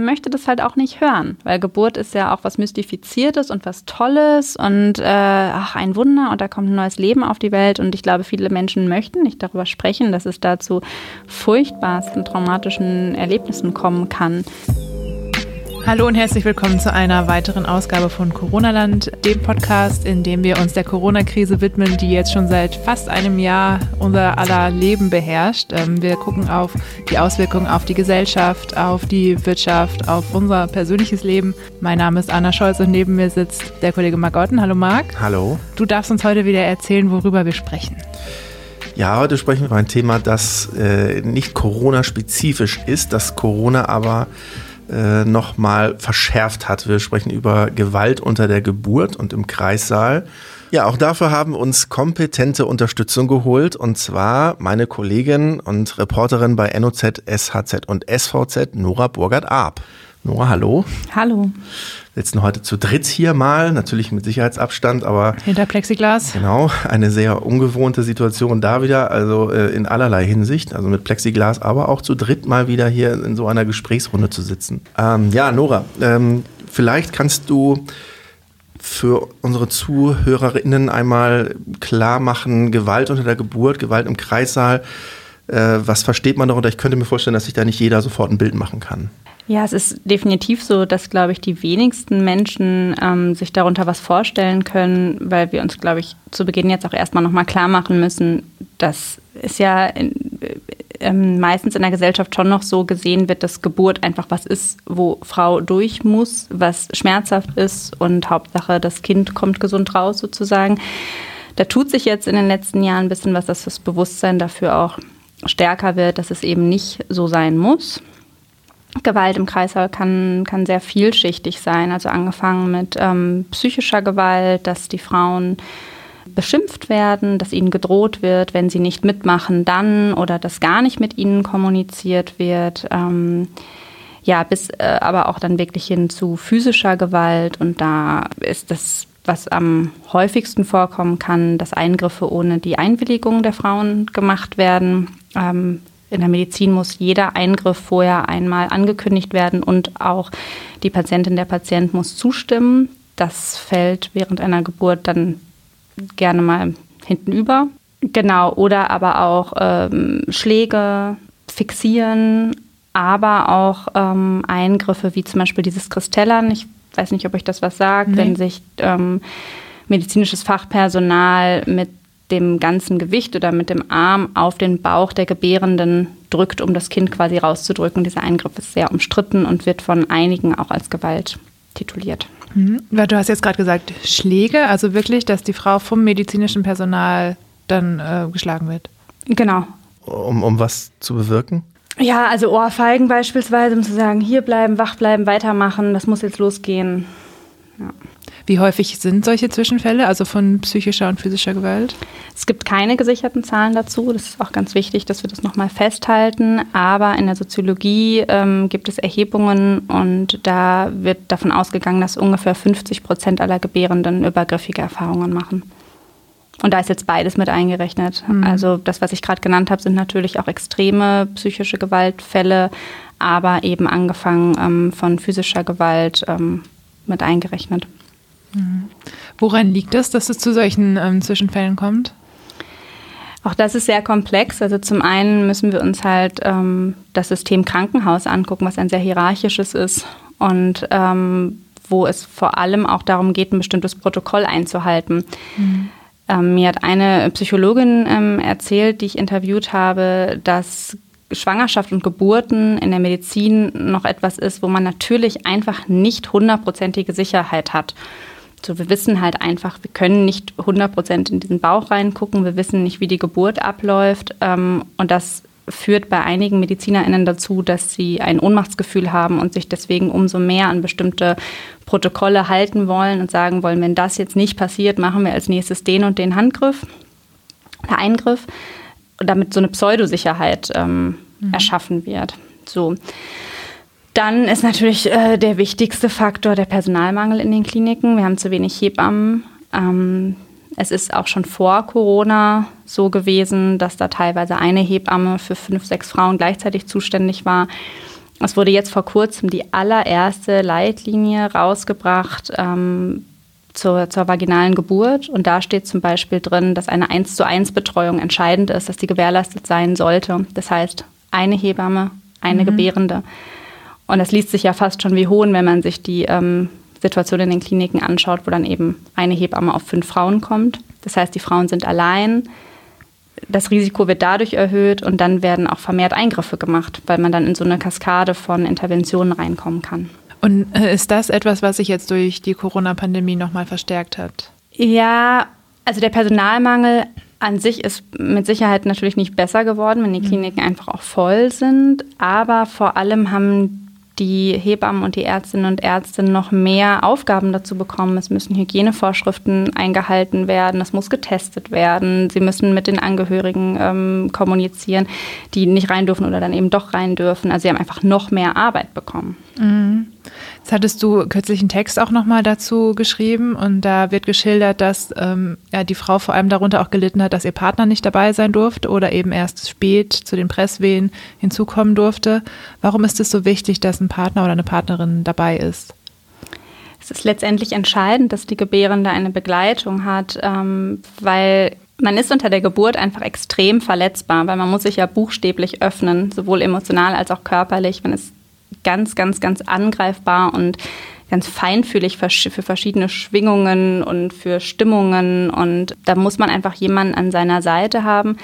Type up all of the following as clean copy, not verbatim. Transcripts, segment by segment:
man möchte das halt auch nicht hören, weil Geburt ist ja auch was Mystifiziertes und was Tolles und ein Wunder und da kommt ein neues Leben auf die Welt und ich glaube, viele Menschen möchten nicht darüber sprechen, dass es da zu furchtbarsten traumatischen Erlebnissen kommen kann. Hallo und herzlich willkommen zu einer weiteren Ausgabe von Coronaland, dem Podcast, in dem wir uns der Corona-Krise widmen, die jetzt schon seit fast einem Jahr unser aller Leben beherrscht. Wir gucken auf die Auswirkungen auf die Gesellschaft, auf die Wirtschaft, auf unser persönliches Leben. Mein Name ist Anna Scholz und neben mir sitzt der Kollege Marc Otten. Hallo Marc. Hallo. Du darfst uns heute wieder erzählen, worüber wir sprechen. Ja, heute sprechen wir über ein Thema, das nicht Corona-spezifisch ist, das Corona aber nochmal verschärft hat. Wir sprechen über Gewalt unter der Geburt und im Kreissaal. Ja, auch dafür haben uns kompetente Unterstützung geholt und zwar meine Kollegin und Reporterin bei NOZ, SHZ und SVZ, Nora Burgert-Arp. Nora, hallo. Hallo. Wir sitzen heute zu dritt hier mal, natürlich mit Sicherheitsabstand, aber hinter Plexiglas. Genau, eine sehr ungewohnte Situation da wieder, also in allerlei Hinsicht, also mit Plexiglas, aber auch zu dritt mal wieder hier in so einer Gesprächsrunde zu sitzen. Ja, Nora, vielleicht kannst du für unsere ZuhörerInnen einmal klar machen, Gewalt unter der Geburt, Gewalt im Kreissaal, was versteht man darunter? Ich könnte mir vorstellen, dass sich da nicht jeder sofort ein Bild machen kann. Ja, es ist definitiv so, dass, glaube ich, die wenigsten Menschen sich darunter was vorstellen können, weil wir uns, glaube ich, zu Beginn jetzt auch erstmal nochmal klar machen müssen, dass es ja meistens in der Gesellschaft schon noch so gesehen wird, dass Geburt einfach was ist, wo Frau durch muss, was schmerzhaft ist und Hauptsache, das Kind kommt gesund raus sozusagen. Da tut sich jetzt in den letzten Jahren ein bisschen was, dass das Bewusstsein dafür auch stärker wird, dass es eben nicht so sein muss. Gewalt im Kreissaal kann sehr vielschichtig sein, also angefangen mit psychischer Gewalt, dass die Frauen beschimpft werden, dass ihnen gedroht wird, wenn sie nicht mitmachen, dann oder dass gar nicht mit ihnen kommuniziert wird, bis aber auch dann wirklich hin zu physischer Gewalt und da ist das, was am häufigsten vorkommen kann, dass Eingriffe ohne die Einwilligung der Frauen gemacht werden. In der Medizin muss jeder Eingriff vorher einmal angekündigt werden und auch die Patientin, der Patient muss zustimmen. Das fällt während einer Geburt dann gerne mal hinten über. Genau, oder aber auch Schläge, Fixieren, aber auch Eingriffe wie zum Beispiel dieses Kristellern. Ich weiß nicht, ob euch das was sagt, wenn sich medizinisches Fachpersonal mit dem ganzen Gewicht oder mit dem Arm auf den Bauch der Gebärenden drückt, um das Kind quasi rauszudrücken. Dieser Eingriff ist sehr umstritten und wird von einigen auch als Gewalt tituliert. Du hast jetzt gerade gesagt, Schläge, also wirklich, dass die Frau vom medizinischen Personal dann geschlagen wird? Genau. Um was zu bewirken? Ja, also Ohrfeigen beispielsweise, um zu sagen, hier bleiben, wach bleiben, weitermachen, das muss jetzt losgehen. Ja. Wie häufig sind solche Zwischenfälle, also von psychischer und physischer Gewalt? Es gibt keine gesicherten Zahlen dazu. Das ist auch ganz wichtig, dass wir das nochmal festhalten. Aber in der Soziologie gibt es Erhebungen und da wird davon ausgegangen, dass ungefähr 50% aller Gebärenden übergriffige Erfahrungen machen. Und da ist jetzt beides mit eingerechnet. Also das, was ich gerade genannt habe, sind natürlich auch extreme psychische Gewaltfälle, aber eben angefangen von physischer Gewalt mit eingerechnet. Woran liegt es, dass es zu solchen Zwischenfällen kommt? Auch das ist sehr komplex. Also zum einen müssen wir uns halt das System Krankenhaus angucken, was ein sehr hierarchisches ist und wo es vor allem auch darum geht, ein bestimmtes Protokoll einzuhalten. Mir hat eine Psychologin erzählt, die ich interviewt habe, dass Schwangerschaft und Geburten in der Medizin noch etwas ist, wo man natürlich einfach nicht 100%ige Sicherheit hat. So, wir wissen halt einfach, wir können nicht 100% in diesen Bauch reingucken, wir wissen nicht, wie die Geburt abläuft und das führt bei einigen MedizinerInnen dazu, dass sie ein Ohnmachtsgefühl haben und sich deswegen umso mehr an bestimmte Protokolle halten wollen und sagen wollen, wenn das jetzt nicht passiert, machen wir als nächstes den und den Eingriff, damit so eine Pseudosicherheit erschaffen wird. So. Dann ist natürlich der wichtigste Faktor der Personalmangel in den Kliniken. Wir haben zu wenig Hebammen. Es ist auch schon vor Corona so gewesen, dass da teilweise eine Hebamme für 5, 6 Frauen gleichzeitig zuständig war. Es wurde jetzt vor kurzem die allererste Leitlinie rausgebracht zur vaginalen Geburt. Und da steht zum Beispiel drin, dass eine 1:1 Betreuung entscheidend ist, dass die gewährleistet sein sollte. Das heißt, eine Hebamme, eine Gebärende. Und das liest sich ja fast schon wie Hohn, wenn man sich die Situation in den Kliniken anschaut, wo dann eben eine Hebamme auf 5 Frauen kommt. Das heißt, die Frauen sind allein. Das Risiko wird dadurch erhöht und dann werden auch vermehrt Eingriffe gemacht, weil man dann in so eine Kaskade von Interventionen reinkommen kann. Und ist das etwas, was sich jetzt durch die Corona-Pandemie nochmal verstärkt hat? Ja, also der Personalmangel an sich ist mit Sicherheit natürlich nicht besser geworden, wenn die Kliniken einfach auch voll sind. Aber vor allem haben die Hebammen und die Ärztinnen und Ärzte noch mehr Aufgaben dazu bekommen. Es müssen Hygienevorschriften eingehalten werden, es muss getestet werden, sie müssen mit den Angehörigen kommunizieren, die nicht rein dürfen oder dann eben doch rein dürfen. Also sie haben einfach noch mehr Arbeit bekommen. Jetzt hattest du kürzlich einen Text auch nochmal dazu geschrieben und da wird geschildert, dass die Frau vor allem darunter auch gelitten hat, dass ihr Partner nicht dabei sein durfte oder eben erst spät zu den Presswehen hinzukommen durfte. Warum ist es so wichtig, dass ein Partner oder eine Partnerin dabei ist? Es ist letztendlich entscheidend, dass die Gebärende eine Begleitung hat, weil man ist unter der Geburt einfach extrem verletzbar, weil man muss sich ja buchstäblich öffnen, sowohl emotional als auch körperlich. Man ist ganz, ganz, ganz angreifbar und ganz feinfühlig für verschiedene Schwingungen und für Stimmungen. Und da muss man einfach jemanden an seiner Seite haben,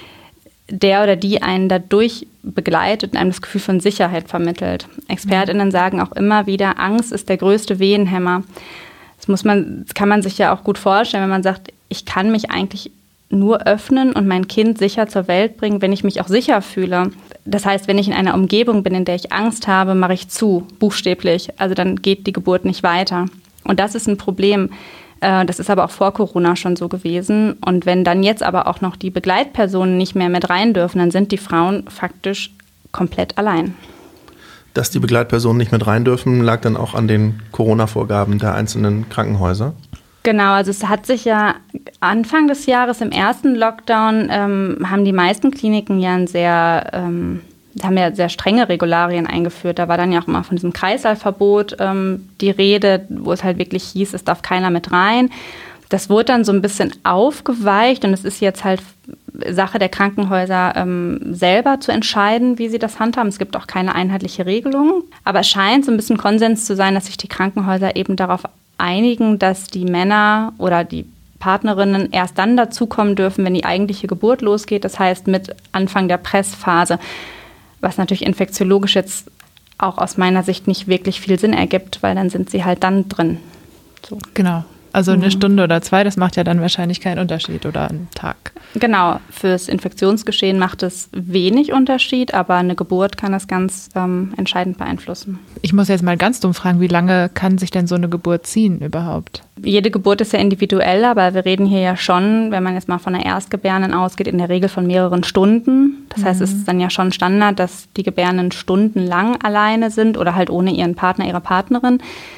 der oder die einen dadurch begleitet und einem das Gefühl von Sicherheit vermittelt. ExpertInnen sagen auch immer wieder, Angst ist der größte Wehenhemmer. Das kann man sich ja auch gut vorstellen, wenn man sagt, ich kann mich eigentlich nur öffnen und mein Kind sicher zur Welt bringen, wenn ich mich auch sicher fühle. Das heißt, wenn ich in einer Umgebung bin, in der ich Angst habe, mache ich zu, buchstäblich. Also dann geht die Geburt nicht weiter. Und das ist ein Problem. Das ist aber auch vor Corona schon so gewesen. Und wenn dann jetzt aber auch noch die Begleitpersonen nicht mehr mit rein dürfen, dann sind die Frauen faktisch komplett allein. Dass die Begleitpersonen nicht mit rein dürfen, lag dann auch an den Corona-Vorgaben der einzelnen Krankenhäuser? Genau, also es hat sich ja Anfang des Jahres im ersten Lockdown haben die meisten Kliniken ja haben ja sehr strenge Regularien eingeführt. Da war dann ja auch immer von diesem Kreißsaalverbot die Rede, wo es halt wirklich hieß, es darf keiner mit rein. Das wurde dann so ein bisschen aufgeweicht und es ist jetzt halt Sache der Krankenhäuser selber zu entscheiden, wie sie das handhaben. Es gibt auch keine einheitliche Regelung. Aber es scheint so ein bisschen Konsens zu sein, dass sich die Krankenhäuser eben darauf einigen, dass die Männer oder die Partnerinnen erst dann dazukommen dürfen, wenn die eigentliche Geburt losgeht. Das heißt mit Anfang der Pressphase, was natürlich infektiologisch jetzt auch aus meiner Sicht nicht wirklich viel Sinn ergibt, weil dann sind sie halt dann drin. So. Genau. Also eine Stunde oder 2, das macht ja dann wahrscheinlich keinen Unterschied oder einen Tag. Genau, fürs Infektionsgeschehen macht es wenig Unterschied, aber eine Geburt kann das ganz entscheidend beeinflussen. Ich muss jetzt mal ganz dumm fragen, wie lange kann sich denn so eine Geburt ziehen überhaupt? Jede Geburt ist ja individuell, aber wir reden hier ja schon, wenn man jetzt mal von einer Erstgebärenden ausgeht, in der Regel von mehreren Stunden. Das heißt, es ist dann ja schon Standard, dass die Gebärenden stundenlang alleine sind oder halt ohne ihren Partner, ihre Partnerin.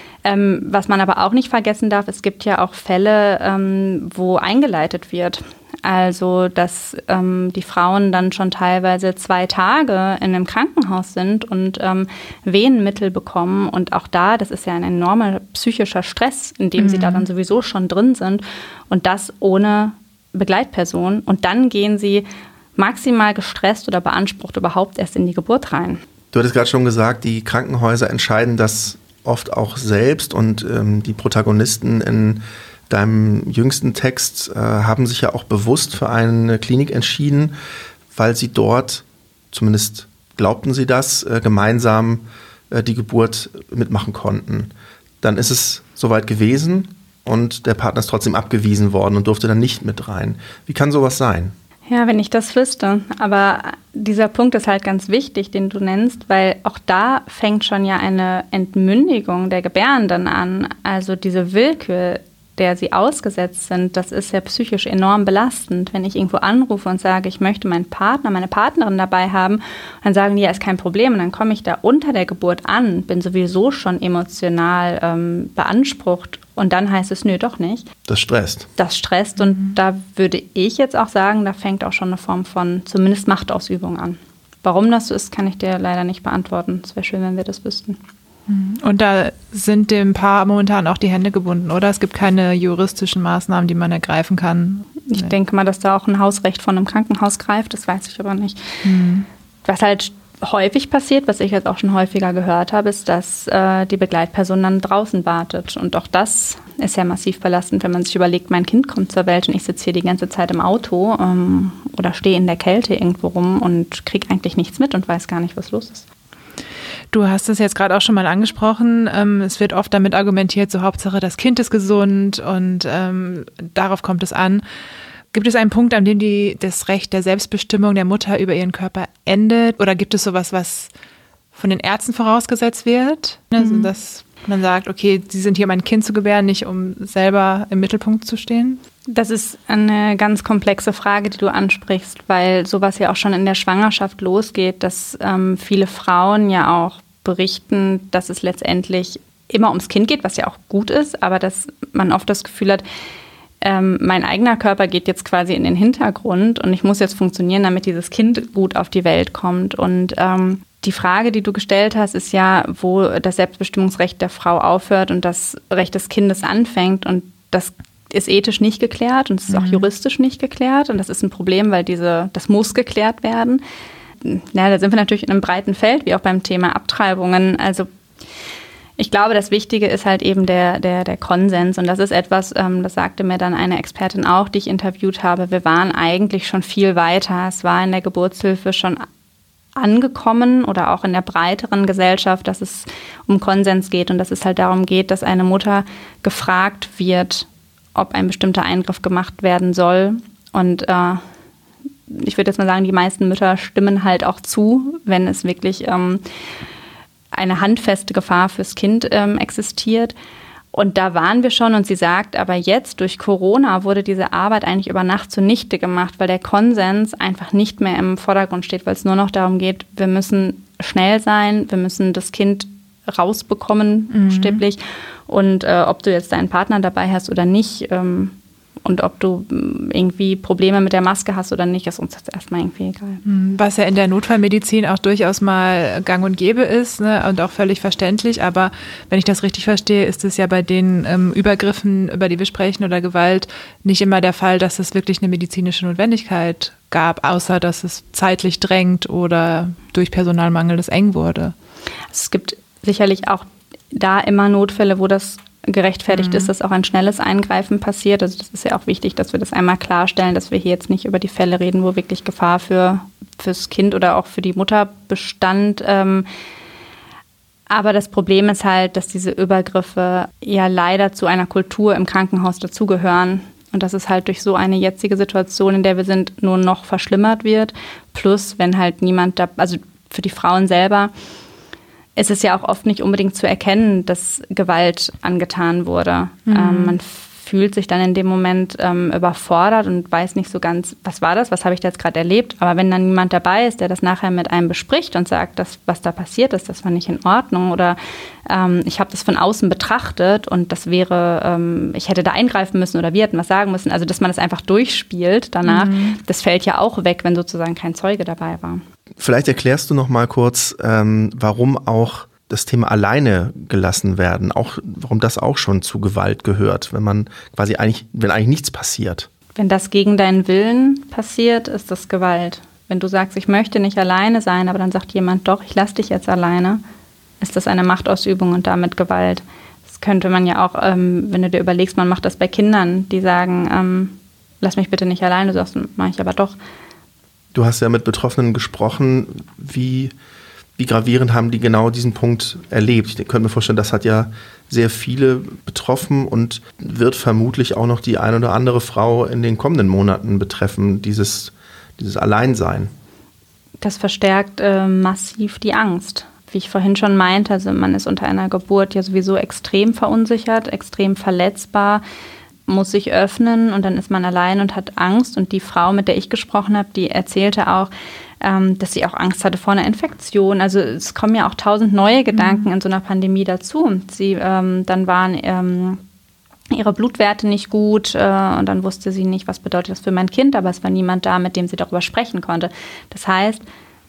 Was man aber auch nicht vergessen darf, es gibt ja auch Fälle, wo eingeleitet wird. Also, dass die Frauen dann schon teilweise 2 Tage in einem Krankenhaus sind und Wehenmittel bekommen. Und auch da, das ist ja ein enormer psychischer Stress, in dem sie da dann sowieso schon drin sind. Und das ohne Begleitperson. Und dann gehen sie maximal gestresst oder beansprucht überhaupt erst in die Geburt rein. Du hattest gerade schon gesagt, die Krankenhäuser entscheiden das oft auch selbst und die Protagonisten in deinem jüngsten Text haben sich ja auch bewusst für eine Klinik entschieden, weil sie dort, zumindest glaubten sie das, gemeinsam die Geburt mitmachen konnten. Dann ist es soweit gewesen und der Partner ist trotzdem abgewiesen worden und durfte dann nicht mit rein. Wie kann sowas sein? Ja, wenn ich das wüsste. Aber dieser Punkt ist halt ganz wichtig, den du nennst, weil auch da fängt schon ja eine Entmündigung der Gebärenden an. Also diese Willkür, der sie ausgesetzt sind, das ist ja psychisch enorm belastend. Wenn ich irgendwo anrufe und sage, ich möchte meinen Partner, meine Partnerin dabei haben, dann sagen die, ja, ist kein Problem. Und dann komme ich da unter der Geburt an, bin sowieso schon emotional beansprucht. Und dann heißt es, nö, doch nicht. Das stresst. Das stresst und da würde ich jetzt auch sagen, da fängt auch schon eine Form von zumindest Machtausübung an. Warum das so ist, kann ich dir leider nicht beantworten. Es wäre schön, wenn wir das wüssten. Und da sind dem Paar momentan auch die Hände gebunden, oder? Es gibt keine juristischen Maßnahmen, die man ergreifen kann. Ich denke mal, dass da auch ein Hausrecht von einem Krankenhaus greift, das weiß ich aber nicht. Was halt häufig passiert, was ich jetzt auch schon häufiger gehört habe, ist, dass die Begleitperson dann draußen wartet. Und auch das ist ja massiv belastend, wenn man sich überlegt, mein Kind kommt zur Welt und ich sitze hier die ganze Zeit im Auto oder stehe in der Kälte irgendwo rum und kriege eigentlich nichts mit und weiß gar nicht, was los ist. Du hast es jetzt gerade auch schon mal angesprochen. Es wird oft damit argumentiert, so Hauptsache das Kind ist gesund und darauf kommt es an. Gibt es einen Punkt, an dem das Recht der Selbstbestimmung der Mutter über ihren Körper endet? Oder gibt es sowas, was von den Ärzten vorausgesetzt wird? Also, dass man sagt, okay, sie sind hier, um ein Kind zu gebären, nicht um selber im Mittelpunkt zu stehen? Das ist eine ganz komplexe Frage, die du ansprichst, weil sowas ja auch schon in der Schwangerschaft losgeht, dass viele Frauen ja auch berichten, dass es letztendlich immer ums Kind geht, was ja auch gut ist, aber dass man oft das Gefühl hat, mein eigener Körper geht jetzt quasi in den Hintergrund und ich muss jetzt funktionieren, damit dieses Kind gut auf die Welt kommt. Und die Frage, die du gestellt hast, ist ja, wo das Selbstbestimmungsrecht der Frau aufhört und das Recht des Kindes anfängt. Und das ist ethisch nicht geklärt und es ist auch juristisch nicht geklärt. Und das ist ein Problem, weil das muss geklärt werden. Ja, da sind wir natürlich in einem breiten Feld, wie auch beim Thema Abtreibungen. Also ich glaube, das Wichtige ist halt eben der Konsens. Und das ist etwas, das sagte mir dann eine Expertin auch, die ich interviewt habe. Wir waren eigentlich schon viel weiter. Es war in der Geburtshilfe schon angekommen oder auch in der breiteren Gesellschaft, dass es um Konsens geht und dass es halt darum geht, dass eine Mutter gefragt wird, ob ein bestimmter Eingriff gemacht werden soll. Und ich würde jetzt mal sagen, die meisten Mütter stimmen halt auch zu, wenn es wirklich eine handfeste Gefahr fürs Kind existiert. Und da waren wir schon und sie sagt, aber jetzt durch Corona wurde diese Arbeit eigentlich über Nacht zunichte gemacht, weil der Konsens einfach nicht mehr im Vordergrund steht, weil es nur noch darum geht, wir müssen schnell sein, wir müssen das Kind rausbekommen, buchstäblich. Und ob du jetzt deinen Partner dabei hast oder nicht und ob du irgendwie Probleme mit der Maske hast oder nicht, ist uns jetzt erstmal irgendwie egal. Was ja in der Notfallmedizin auch durchaus mal gang und gäbe ist, ne, und auch völlig verständlich. Aber wenn ich das richtig verstehe, ist es ja bei den Übergriffen, über die wir sprechen, oder Gewalt nicht immer der Fall, dass es wirklich eine medizinische Notwendigkeit gab, außer dass es zeitlich drängt oder durch Personalmangel es eng wurde. Es gibt sicherlich auch da immer Notfälle, wo das gerechtfertigt ist, dass auch ein schnelles Eingreifen passiert. Also das ist ja auch wichtig, dass wir das einmal klarstellen, dass wir hier jetzt nicht über die Fälle reden, wo wirklich Gefahr fürs Kind oder auch für die Mutter bestand. Aber das Problem ist halt, dass diese Übergriffe ja leider zu einer Kultur im Krankenhaus dazugehören. Und dass es halt durch so eine jetzige Situation, in der wir sind, nur noch verschlimmert wird. Plus, wenn halt niemand da, also für die Frauen selber, ist es ja auch oft nicht unbedingt zu erkennen, dass Gewalt angetan wurde. Man fühlt sich dann in dem Moment überfordert und weiß nicht so ganz, was war das, was habe ich da jetzt gerade erlebt. Aber wenn dann niemand dabei ist, der das nachher mit einem bespricht und sagt, dass, was da passiert ist, das war nicht in Ordnung oder ich habe das von außen betrachtet und das wäre, ich hätte da eingreifen müssen oder wir hätten was sagen müssen. Also dass man das einfach durchspielt danach, das fällt ja auch weg, wenn sozusagen kein Zeuge dabei war. Vielleicht erklärst du noch mal kurz, warum auch das Thema alleine gelassen werden, auch warum das auch schon zu Gewalt gehört, wenn eigentlich nichts passiert. Wenn das gegen deinen Willen passiert, ist das Gewalt. Wenn du sagst, ich möchte nicht alleine sein, aber dann sagt jemand, doch, ich lasse dich jetzt alleine, ist das eine Machtausübung und damit Gewalt. Das könnte man ja auch, wenn du dir überlegst, man macht das bei Kindern, die sagen, lass mich bitte nicht alleine, du sagst, mach ich aber doch. Du hast ja mit Betroffenen gesprochen. Wie gravierend haben die genau diesen Punkt erlebt? Ich könnte mir vorstellen, das hat ja sehr viele betroffen und wird vermutlich auch noch die eine oder andere Frau in den kommenden Monaten betreffen, dieses Alleinsein. Das verstärkt massiv die Angst. Wie ich vorhin schon meinte, also man ist unter einer Geburt ja sowieso extrem verunsichert, extrem verletzbar, muss sich öffnen und dann ist man allein und hat Angst. Und die Frau, mit der ich gesprochen habe, die erzählte auch, dass sie auch Angst hatte vor einer Infektion. Also es kommen ja auch 1000 neue Gedanken in so einer Pandemie dazu. Dann waren ihre Blutwerte nicht gut und dann wusste sie nicht, was bedeutet das für mein Kind, aber es war niemand da, mit dem sie darüber sprechen konnte. Das heißt,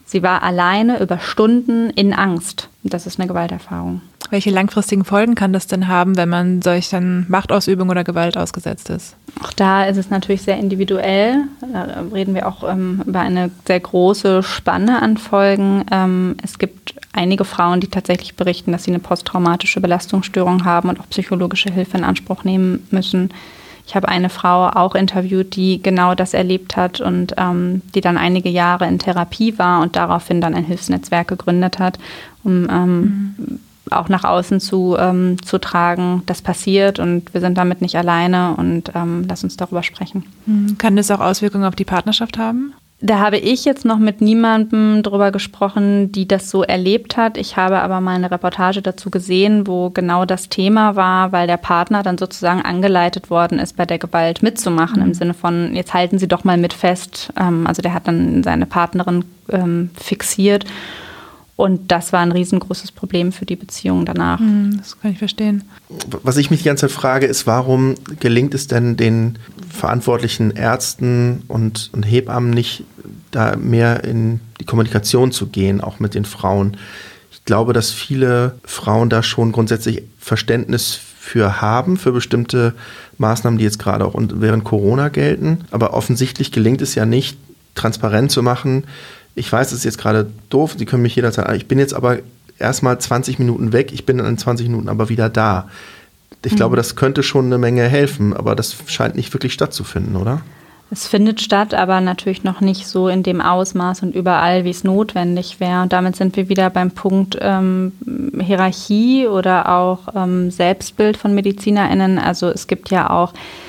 Sie war alleine über Stunden in Angst. Das ist eine Gewalterfahrung. Welche langfristigen Folgen kann das denn haben, wenn man solchen Machtausübung oder Gewalt ausgesetzt ist? Auch da ist es natürlich sehr individuell. Da reden wir auch über eine sehr große Spanne an Folgen. Es gibt einige Frauen, die tatsächlich berichten, dass sie eine posttraumatische Belastungsstörung haben und auch psychologische Hilfe in Anspruch nehmen müssen. Ich habe eine Frau auch interviewt, die genau das erlebt hat und die dann einige Jahre in Therapie war und daraufhin dann ein Hilfsnetzwerk gegründet hat, um auch nach außen zu tragen, das passiert und wir sind damit nicht alleine und lass uns darüber sprechen. Kann das auch Auswirkungen auf die Partnerschaft haben? Da habe ich jetzt noch mit niemandem drüber gesprochen, die das so erlebt hat. Ich habe aber mal eine Reportage dazu gesehen, wo genau das Thema war, weil der Partner dann sozusagen angeleitet worden ist, bei der Gewalt mitzumachen, im Sinne von, jetzt halten Sie doch mal mit fest. Also der hat dann seine Partnerin fixiert. Und das war ein riesengroßes Problem für die Beziehung danach. Das kann ich verstehen. Was ich mich die ganze Zeit frage, ist, warum gelingt es denn den verantwortlichen Ärzten und Hebammen nicht, da mehr in die Kommunikation zu gehen, auch mit den Frauen? Ich glaube, dass viele Frauen da schon grundsätzlich Verständnis für haben, für bestimmte Maßnahmen, die jetzt gerade auch während Corona gelten. Aber offensichtlich gelingt es ja nicht, transparent zu machen. Ich weiß, es ist jetzt gerade doof, Sie können mich jederzeit, ich bin jetzt aber erstmal 20 Minuten weg, ich bin dann in 20 Minuten aber wieder da. Ich glaube, das könnte schon eine Menge helfen, aber das scheint nicht wirklich stattzufinden, oder? Es findet statt, aber natürlich noch nicht so in dem Ausmaß und überall, wie es notwendig wäre. Und damit sind wir wieder beim Punkt Hierarchie oder auch Selbstbild von MedizinerInnen. Also es gibt ja auch,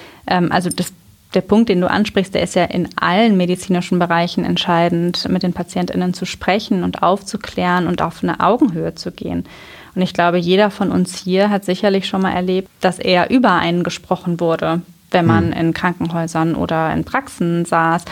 der Punkt, den du ansprichst, der ist ja in allen medizinischen Bereichen entscheidend, mit den PatientInnen zu sprechen und aufzuklären und auf eine Augenhöhe zu gehen. Und ich glaube, jeder von uns hier hat sicherlich schon mal erlebt, dass eher über einen gesprochen wurde, wenn man in Krankenhäusern oder in Praxen saß.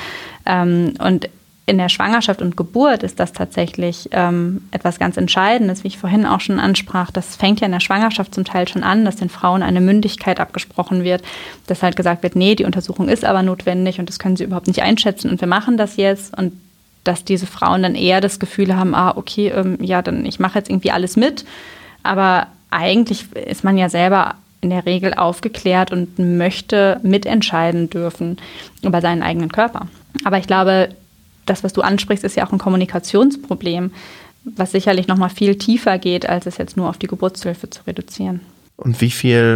Und in der Schwangerschaft und Geburt ist das tatsächlich etwas ganz Entscheidendes, wie ich vorhin auch schon ansprach. Das fängt ja in der Schwangerschaft zum Teil schon an, dass den Frauen eine Mündigkeit abgesprochen wird, dass halt gesagt wird, nee, die Untersuchung ist aber notwendig und das können sie überhaupt nicht einschätzen und wir machen das jetzt. Und dass diese Frauen dann eher das Gefühl haben, dann ich mache jetzt irgendwie alles mit. Aber eigentlich ist man ja selber in der Regel aufgeklärt und möchte mitentscheiden dürfen über seinen eigenen Körper. Aber ich glaube, das, was du ansprichst, ist ja auch ein Kommunikationsproblem, was sicherlich noch mal viel tiefer geht, als es jetzt nur auf die Geburtshilfe zu reduzieren. Und wie viel,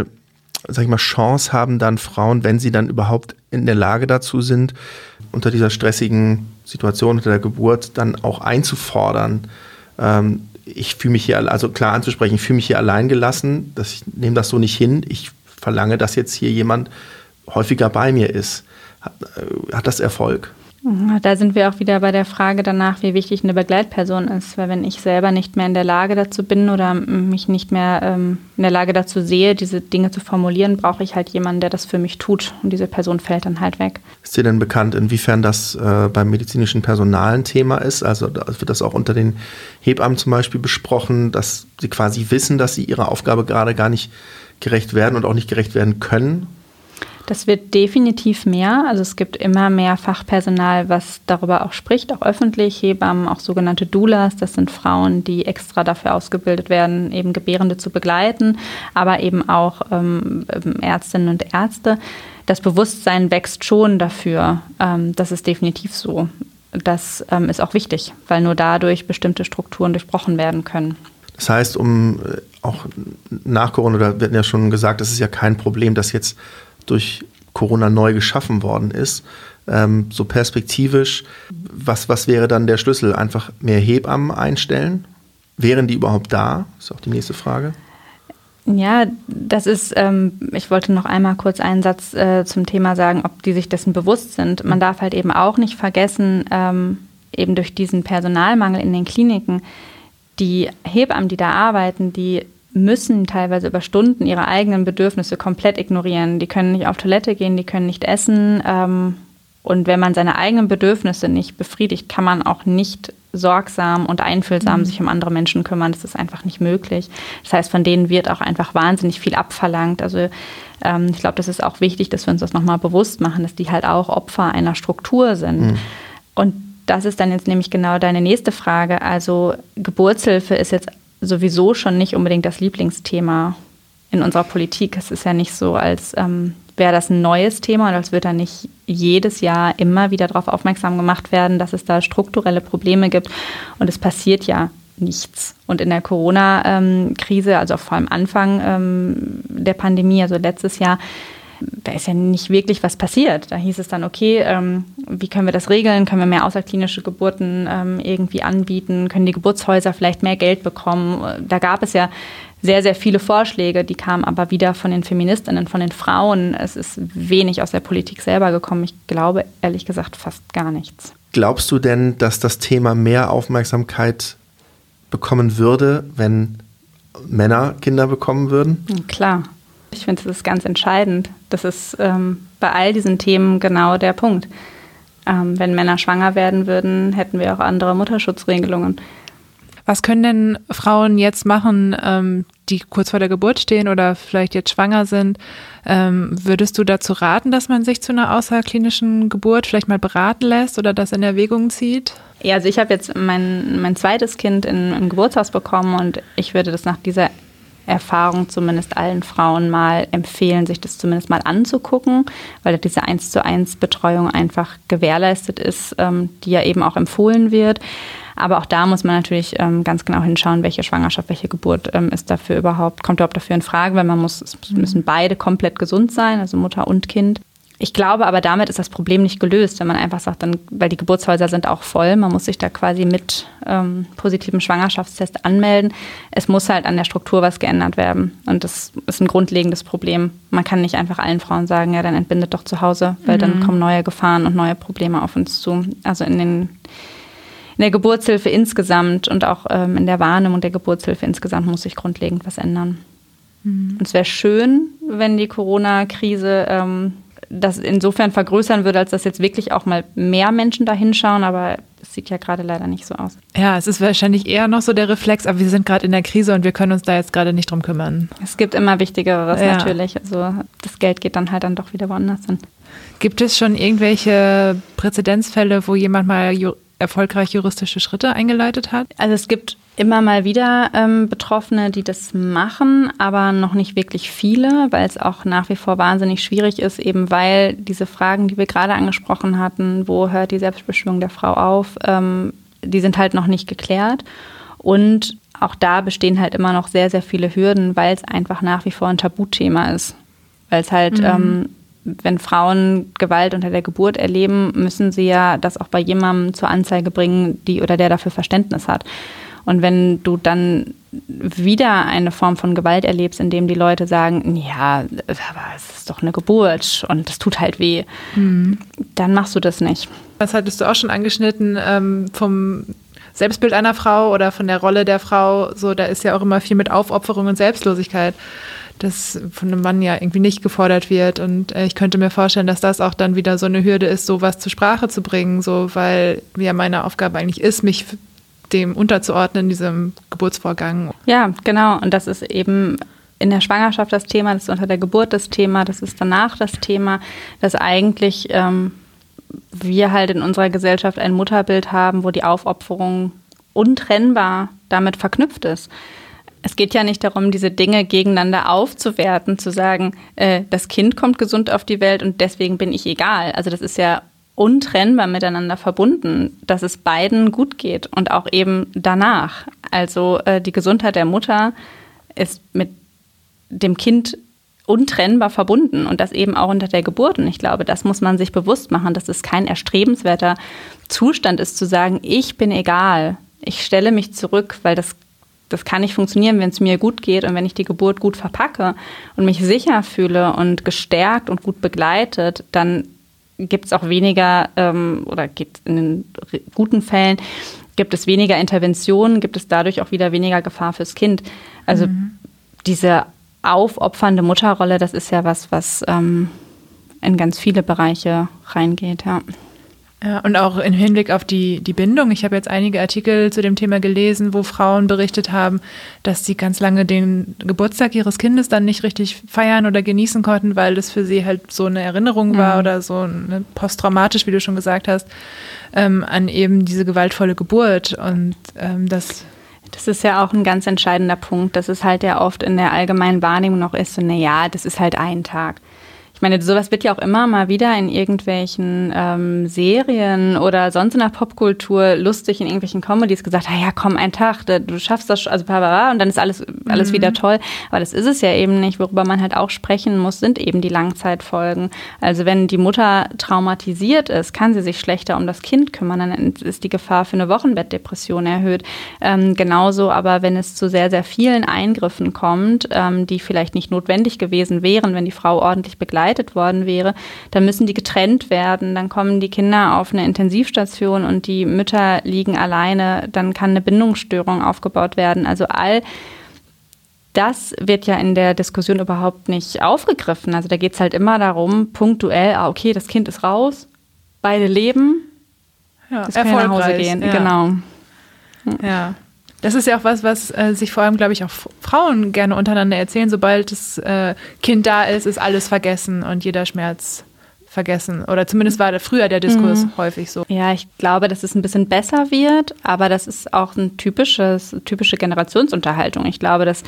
Chance haben dann Frauen, wenn sie dann überhaupt in der Lage dazu sind, unter dieser stressigen Situation, unter der Geburt, dann auch einzufordern, ich fühle mich hier, also klar anzusprechen, ich fühle mich hier allein gelassen, ich nehme das so nicht hin, ich verlange, dass jetzt hier jemand häufiger bei mir ist. Hat das Erfolg? Da sind wir auch wieder bei der Frage danach, wie wichtig eine Begleitperson ist. Weil wenn ich selber nicht mehr in der Lage dazu bin oder mich nicht mehr in der Lage dazu sehe, diese Dinge zu formulieren, brauche ich halt jemanden, der das für mich tut. Und diese Person fällt dann halt weg. Ist dir denn bekannt, inwiefern das beim medizinischen Personal ein Thema ist? Also wird das auch unter den Hebammen zum Beispiel besprochen, dass sie quasi wissen, dass sie ihrer Aufgabe gerade gar nicht gerecht werden und auch nicht gerecht werden können? Das wird definitiv mehr. Also es gibt immer mehr Fachpersonal, was darüber auch spricht, auch öffentlich. Hebammen, auch sogenannte Doulas, das sind Frauen, die extra dafür ausgebildet werden, eben Gebärende zu begleiten, aber eben auch Ärztinnen und Ärzte. Das Bewusstsein wächst schon dafür. Das ist definitiv so. Das ist auch wichtig, weil nur dadurch bestimmte Strukturen durchbrochen werden können. Das heißt, auch nach Corona, oder wir hatten ja schon gesagt, das ist ja kein Problem, dass jetzt durch Corona neu geschaffen worden ist. So perspektivisch, was wäre dann der Schlüssel? Einfach mehr Hebammen einstellen? Wären die überhaupt da? Ist auch die nächste Frage. Ja, das ist, ich wollte noch einmal kurz einen Satz zum Thema sagen, ob die sich dessen bewusst sind. Man darf halt eben auch nicht vergessen, eben durch diesen Personalmangel in den Kliniken, die Hebammen, die da arbeiten, die müssen teilweise über Stunden ihre eigenen Bedürfnisse komplett ignorieren. Die können nicht auf Toilette gehen, die können nicht essen. Und wenn man seine eigenen Bedürfnisse nicht befriedigt, kann man auch nicht sorgsam und einfühlsam sich um andere Menschen kümmern. Das ist einfach nicht möglich. Das heißt, von denen wird auch einfach wahnsinnig viel abverlangt. Also ich glaube, das ist auch wichtig, dass wir uns das nochmal bewusst machen, dass die halt auch Opfer einer Struktur sind. Und das ist dann jetzt nämlich genau deine nächste Frage. Also Geburtshilfe ist jetzt sowieso schon nicht unbedingt das Lieblingsthema in unserer Politik. Es ist ja nicht so, als wäre das ein neues Thema und als würde da nicht jedes Jahr immer wieder darauf aufmerksam gemacht werden, dass es da strukturelle Probleme gibt. Und es passiert ja nichts. Und in der Corona-Krise, also vor allem Anfang der Pandemie, also letztes Jahr, da ist ja nicht wirklich was passiert. Da hieß es dann, okay, wie können wir das regeln? Können wir mehr außerklinische Geburten irgendwie anbieten? Können die Geburtshäuser vielleicht mehr Geld bekommen? Da gab es ja sehr, sehr viele Vorschläge, die kamen aber wieder von den Feministinnen, von den Frauen. Es ist wenig aus der Politik selber gekommen. Ich glaube, ehrlich gesagt, fast gar nichts. Glaubst du denn, dass das Thema mehr Aufmerksamkeit bekommen würde, wenn Männer Kinder bekommen würden? Klar. Ich finde, das ist ganz entscheidend. Das ist bei all diesen Themen genau der Punkt. Wenn Männer schwanger werden würden, hätten wir auch andere Mutterschutzregelungen. Was können denn Frauen jetzt machen, die kurz vor der Geburt stehen oder vielleicht jetzt schwanger sind? Würdest du dazu raten, dass man sich zu einer außerklinischen Geburt vielleicht mal beraten lässt oder das in Erwägung zieht? Ja, also ich habe jetzt mein zweites Kind im Geburtshaus bekommen und ich würde das nach dieser Erfahrung zumindest allen Frauen mal empfehlen, sich das zumindest mal anzugucken, weil diese 1:1 Betreuung einfach gewährleistet ist, die ja eben auch empfohlen wird. Aber auch da muss man natürlich ganz genau hinschauen, welche Schwangerschaft, welche Geburt kommt überhaupt dafür in Frage, weil es müssen beide komplett gesund sein, also Mutter und Kind. Ich glaube aber, damit ist das Problem nicht gelöst, wenn man einfach sagt, weil die Geburtshäuser sind auch voll, man muss sich da quasi mit positivem Schwangerschaftstest anmelden. Es muss halt an der Struktur was geändert werden und das ist ein grundlegendes Problem. Man kann nicht einfach allen Frauen sagen, ja, dann entbindet doch zu Hause, weil dann kommen neue Gefahren und neue Probleme auf uns zu. Also in der Geburtshilfe insgesamt und auch in der Wahrnehmung der Geburtshilfe insgesamt muss sich grundlegend was ändern. Und es wäre schön, wenn die Corona-Krise das insofern vergrößern würde, als dass jetzt wirklich auch mal mehr Menschen da hinschauen, aber es sieht ja gerade leider nicht so aus. Ja, es ist wahrscheinlich eher noch so der Reflex, aber wir sind gerade in der Krise und wir können uns da jetzt gerade nicht drum kümmern. Es gibt immer Wichtigeres natürlich, also das Geld geht dann halt dann doch wieder woanders hin. Gibt es schon irgendwelche Präzedenzfälle, wo jemand mal erfolgreich juristische Schritte eingeleitet hat? Also es gibt immer mal wieder Betroffene, die das machen, aber noch nicht wirklich viele, weil es auch nach wie vor wahnsinnig schwierig ist, eben weil diese Fragen, die wir gerade angesprochen hatten, wo hört die Selbstbestimmung der Frau auf, die sind halt noch nicht geklärt. Und auch da bestehen halt immer noch sehr, sehr viele Hürden, weil es einfach nach wie vor ein Tabuthema ist. Weil es halt wenn Frauen Gewalt unter der Geburt erleben, müssen sie ja das auch bei jemandem zur Anzeige bringen, der dafür Verständnis hat. Und wenn du dann wieder eine Form von Gewalt erlebst, in dem die Leute sagen, ja, aber es ist doch eine Geburt und das tut halt weh, dann machst du das nicht. Das hattest du auch schon angeschnitten, vom Selbstbild einer Frau oder von der Rolle der Frau. So, da ist ja auch immer viel mit Aufopferung und Selbstlosigkeit, das von einem Mann ja irgendwie nicht gefordert wird. Und ich könnte mir vorstellen, dass das auch dann wieder so eine Hürde ist, sowas zur Sprache zu bringen, so, weil ja meine Aufgabe eigentlich ist, mich dem unterzuordnen, diesem Geburtsvorgang. Ja, genau. Und das ist eben in der Schwangerschaft das Thema, das ist unter der Geburt das Thema, das ist danach das Thema, dass eigentlich wir halt in unserer Gesellschaft ein Mutterbild haben, wo die Aufopferung untrennbar damit verknüpft ist. Es geht ja nicht darum, diese Dinge gegeneinander aufzuwerten, zu sagen, das Kind kommt gesund auf die Welt und deswegen bin ich egal. Also das ist ja untrennbar miteinander verbunden, dass es beiden gut geht und auch eben danach. Also die Gesundheit der Mutter ist mit dem Kind untrennbar verbunden und das eben auch unter der Geburt. Und ich glaube, das muss man sich bewusst machen, dass es kein erstrebenswerter Zustand ist, zu sagen, ich bin egal, ich stelle mich zurück, weil das kann nicht funktionieren, wenn es mir gut geht und wenn ich die Geburt gut verpacke und mich sicher fühle und gestärkt und gut begleitet, dann gibt es auch weniger oder gibt in den guten Fällen gibt es weniger Interventionen, gibt es dadurch auch wieder weniger Gefahr fürs Kind. Also diese aufopfernde Mutterrolle, das ist ja was in ganz viele Bereiche reingeht, ja. Ja, und auch im Hinblick auf die Bindung. Ich habe jetzt einige Artikel zu dem Thema gelesen, wo Frauen berichtet haben, dass sie ganz lange den Geburtstag ihres Kindes dann nicht richtig feiern oder genießen konnten, weil das für sie halt so eine Erinnerung war oder so eine posttraumatisch, wie du schon gesagt hast, an eben diese gewaltvolle Geburt. Und das ist ja auch ein ganz entscheidender Punkt, dass es halt ja oft in der allgemeinen Wahrnehmung noch ist, so, naja, das ist halt ein Tag. Ich meine, sowas wird ja auch immer mal wieder in irgendwelchen Serien oder sonst in der Popkultur lustig in irgendwelchen Comedies gesagt, ja komm, ein Tag, du schaffst das, also und dann ist alles wieder toll. Aber das ist es ja eben nicht. Worüber man halt auch sprechen muss, sind eben die Langzeitfolgen. Also wenn die Mutter traumatisiert ist, kann sie sich schlechter um das Kind kümmern, dann ist die Gefahr für eine Wochenbettdepression erhöht. Genauso aber, wenn es zu sehr, sehr vielen Eingriffen kommt, die vielleicht nicht notwendig gewesen wären, wenn die Frau ordentlich begleitet worden wäre, dann müssen die getrennt werden, dann kommen die Kinder auf eine Intensivstation und die Mütter liegen alleine, dann kann eine Bindungsstörung aufgebaut werden. Also all das wird ja in der Diskussion überhaupt nicht aufgegriffen. Also da geht es halt immer darum, punktuell, okay, das Kind ist raus, beide leben, das kann nach Hause gehen. Ja. Genau. Ja. Das ist ja auch was sich vor allem, glaube ich, auch Frauen gerne untereinander erzählen. Sobald das Kind da ist alles vergessen und jeder Schmerz vergessen. Oder zumindest war früher der Diskurs häufig so. Ja, ich glaube, dass es ein bisschen besser wird, aber das ist auch eine typische Generationsunterhaltung. Ich glaube, das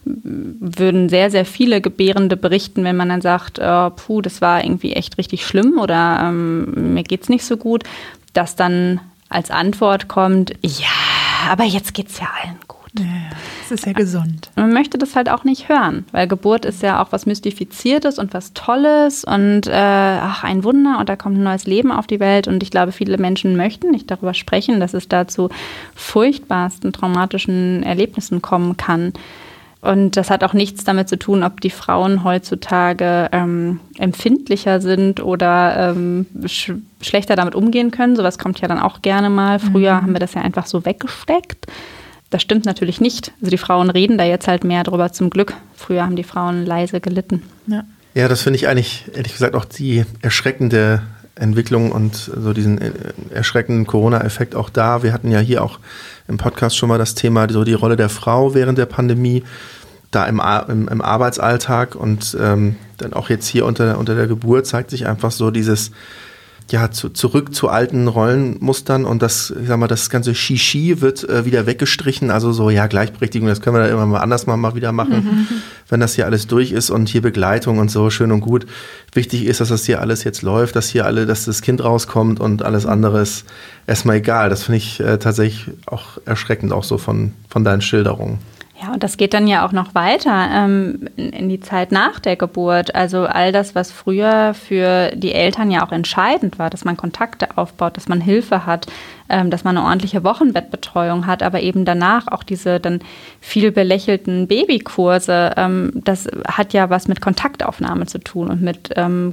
würden sehr, sehr viele Gebärende berichten, wenn man dann sagt, das war irgendwie echt richtig schlimm oder mir geht's nicht so gut, dass dann als Antwort kommt, ja, aber jetzt geht's ja allen gut. Ja, das ist ja gesund. Man möchte das halt auch nicht hören, weil Geburt ist ja auch was Mystifiziertes und was Tolles und ein Wunder und da kommt ein neues Leben auf die Welt und ich glaube, viele Menschen möchten nicht darüber sprechen, dass es da zu furchtbarsten traumatischen Erlebnissen kommen kann. Und das hat auch nichts damit zu tun, ob die Frauen heutzutage empfindlicher sind oder schlechter damit umgehen können. Sowas kommt ja dann auch gerne mal. Früher haben wir das ja einfach so weggesteckt. Das stimmt natürlich nicht. Also die Frauen reden da jetzt halt mehr drüber, zum Glück. Früher haben die Frauen leise gelitten. Ja, das finde ich eigentlich, ehrlich gesagt, auch die erschreckende Entwicklung und so diesen erschreckenden Corona-Effekt auch da. Wir hatten ja hier auch im Podcast schon mal das Thema, so die Rolle der Frau während der Pandemie, da im Arbeitsalltag und dann auch jetzt hier unter der Geburt zeigt sich einfach so dieses, zurück zu alten Rollenmustern und das, ich sag mal, das ganze Shishi wird wieder weggestrichen, also so, Gleichberechtigung, das können wir dann immer mal anders mal wieder machen, wenn das hier alles durch ist und hier Begleitung und so, schön und gut. Wichtig ist, dass das hier alles jetzt läuft, dass das Kind rauskommt und alles andere ist erstmal egal. Das finde ich tatsächlich auch erschreckend, auch so von deinen Schilderungen. Ja, und das geht dann ja auch noch weiter in die Zeit nach der Geburt. Also all das, was früher für die Eltern ja auch entscheidend war, dass man Kontakte aufbaut, dass man Hilfe hat, dass man eine ordentliche Wochenbettbetreuung hat, aber eben danach auch diese dann viel belächelten Babykurse, das hat ja was mit Kontaktaufnahme zu tun und mit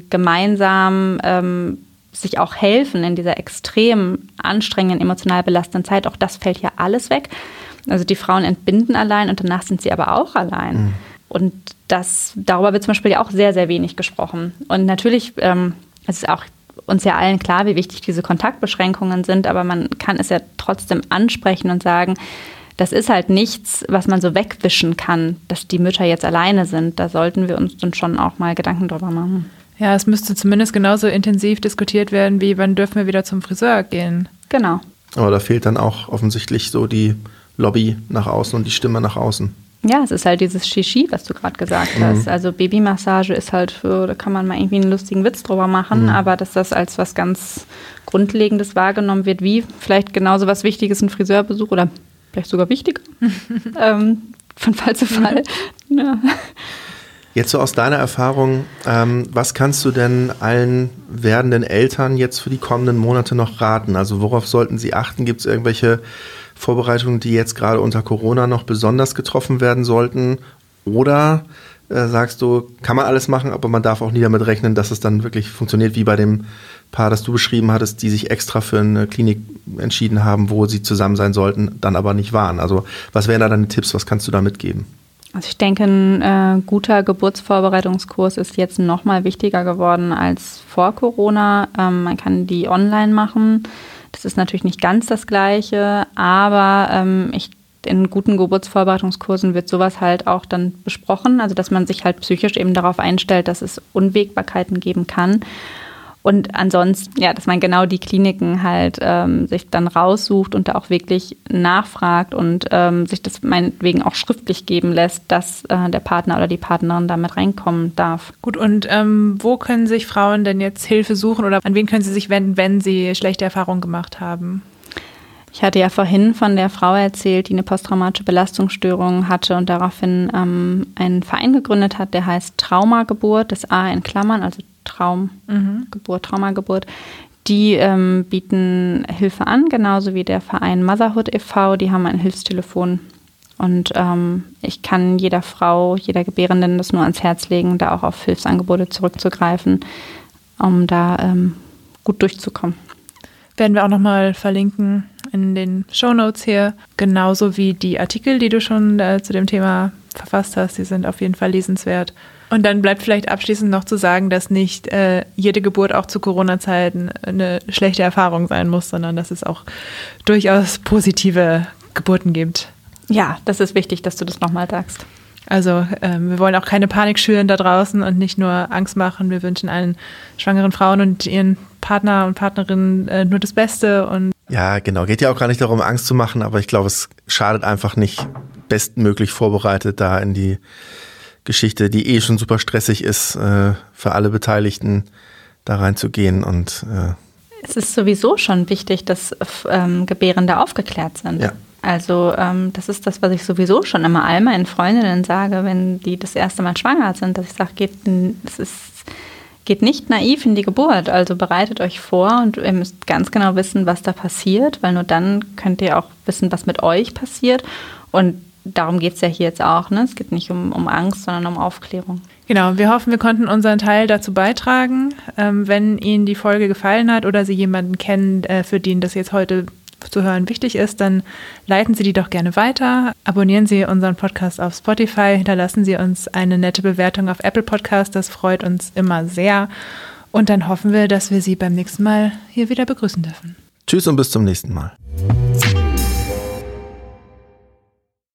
gemeinsam sich auch helfen in dieser extrem anstrengenden, emotional belastenden Zeit. Auch das fällt ja alles weg. Also die Frauen entbinden allein und danach sind sie aber auch allein. Und darüber wird zum Beispiel ja auch sehr, sehr wenig gesprochen. Und natürlich es ist auch uns ja allen klar, wie wichtig diese Kontaktbeschränkungen sind, aber man kann es ja trotzdem ansprechen und sagen, das ist halt nichts, was man so wegwischen kann, dass die Mütter jetzt alleine sind. Da sollten wir uns dann schon auch mal Gedanken drüber machen. Ja, es müsste zumindest genauso intensiv diskutiert werden, wie wann dürfen wir wieder zum Friseur gehen. Genau. Aber da fehlt dann auch offensichtlich so die Lobby nach außen und die Stimme nach außen. Ja, es ist halt dieses Shishi, was du gerade gesagt hast. Also Babymassage ist halt da kann man mal irgendwie einen lustigen Witz drüber machen, aber dass das als was ganz Grundlegendes wahrgenommen wird, wie vielleicht genauso was Wichtiges, ein Friseurbesuch oder vielleicht sogar wichtiger, von Fall zu Fall. Ja. Jetzt so aus deiner Erfahrung, was kannst du denn allen werdenden Eltern jetzt für die kommenden Monate noch raten? Also worauf sollten sie achten? Gibt es irgendwelche Vorbereitungen, die jetzt gerade unter Corona noch besonders getroffen werden sollten? Oder sagst du, kann man alles machen, aber man darf auch nie damit rechnen, dass es dann wirklich funktioniert, wie bei dem Paar, das du beschrieben hattest, die sich extra für eine Klinik entschieden haben, wo sie zusammen sein sollten, dann aber nicht waren. Also was wären da deine Tipps, was kannst du da mitgeben? Also ich denke, ein guter Geburtsvorbereitungskurs ist jetzt noch mal wichtiger geworden als vor Corona. Man kann die online machen. Das ist natürlich nicht ganz das Gleiche, aber in guten Geburtsvorbereitungskursen wird sowas halt auch dann besprochen, also dass man sich halt psychisch eben darauf einstellt, dass es Unwägbarkeiten geben kann. Und ansonsten, ja, dass man genau die Kliniken halt sich dann raussucht und da auch wirklich nachfragt und sich das meinetwegen auch schriftlich geben lässt, dass der Partner oder die Partnerin damit reinkommen darf. Gut, und wo können sich Frauen denn jetzt Hilfe suchen oder an wen können sie sich wenden, wenn sie schlechte Erfahrungen gemacht haben? Ich hatte ja vorhin von der Frau erzählt, die eine posttraumatische Belastungsstörung hatte und daraufhin einen Verein gegründet hat, der heißt Traumageburt, das A in Klammern, also Traumageburt. Die bieten Hilfe an, genauso wie der Verein Motherhood e.V., die haben ein Hilfstelefon. Und ich kann jeder Frau, jeder Gebärenden das nur ans Herz legen, da auch auf Hilfsangebote zurückzugreifen, um da gut durchzukommen. Werden wir auch nochmal verlinken in den Shownotes hier, genauso wie die Artikel, die du schon zu dem Thema verfasst hast. Die sind auf jeden Fall lesenswert. Und dann bleibt vielleicht abschließend noch zu sagen, dass nicht jede Geburt auch zu Corona-Zeiten eine schlechte Erfahrung sein muss, sondern dass es auch durchaus positive Geburten gibt. Ja, das ist wichtig, dass du das nochmal sagst. Also wir wollen auch keine Panik schüren da draußen und nicht nur Angst machen. Wir wünschen allen schwangeren Frauen und ihren Partner und Partnerinnen nur das Beste. Und ja, genau. Geht ja auch gar nicht darum, Angst zu machen, aber ich glaube, es schadet einfach nicht, bestmöglich vorbereitet da in die Geschichte, die schon super stressig ist, für alle Beteiligten da reinzugehen. Und es ist sowieso schon wichtig, dass Gebärende aufgeklärt sind. Ja. Also das ist das, was ich sowieso schon immer all meinen Freundinnen sage, wenn die das erste Mal schwanger sind, dass ich sage, geht nicht naiv in die Geburt. Also bereitet euch vor und ihr müsst ganz genau wissen, was da passiert, weil nur dann könnt ihr auch wissen, was mit euch passiert. Und darum geht es ja hier jetzt auch. Ne? Es geht nicht um Angst, sondern um Aufklärung. Genau, wir hoffen, wir konnten unseren Teil dazu beitragen. Wenn Ihnen die Folge gefallen hat oder Sie jemanden kennen, für den das jetzt heute zu hören wichtig ist, dann leiten Sie die doch gerne weiter. Abonnieren Sie unseren Podcast auf Spotify, hinterlassen Sie uns eine nette Bewertung auf Apple Podcast, das freut uns immer sehr. Und dann hoffen wir, dass wir Sie beim nächsten Mal hier wieder begrüßen dürfen. Tschüss und bis zum nächsten Mal.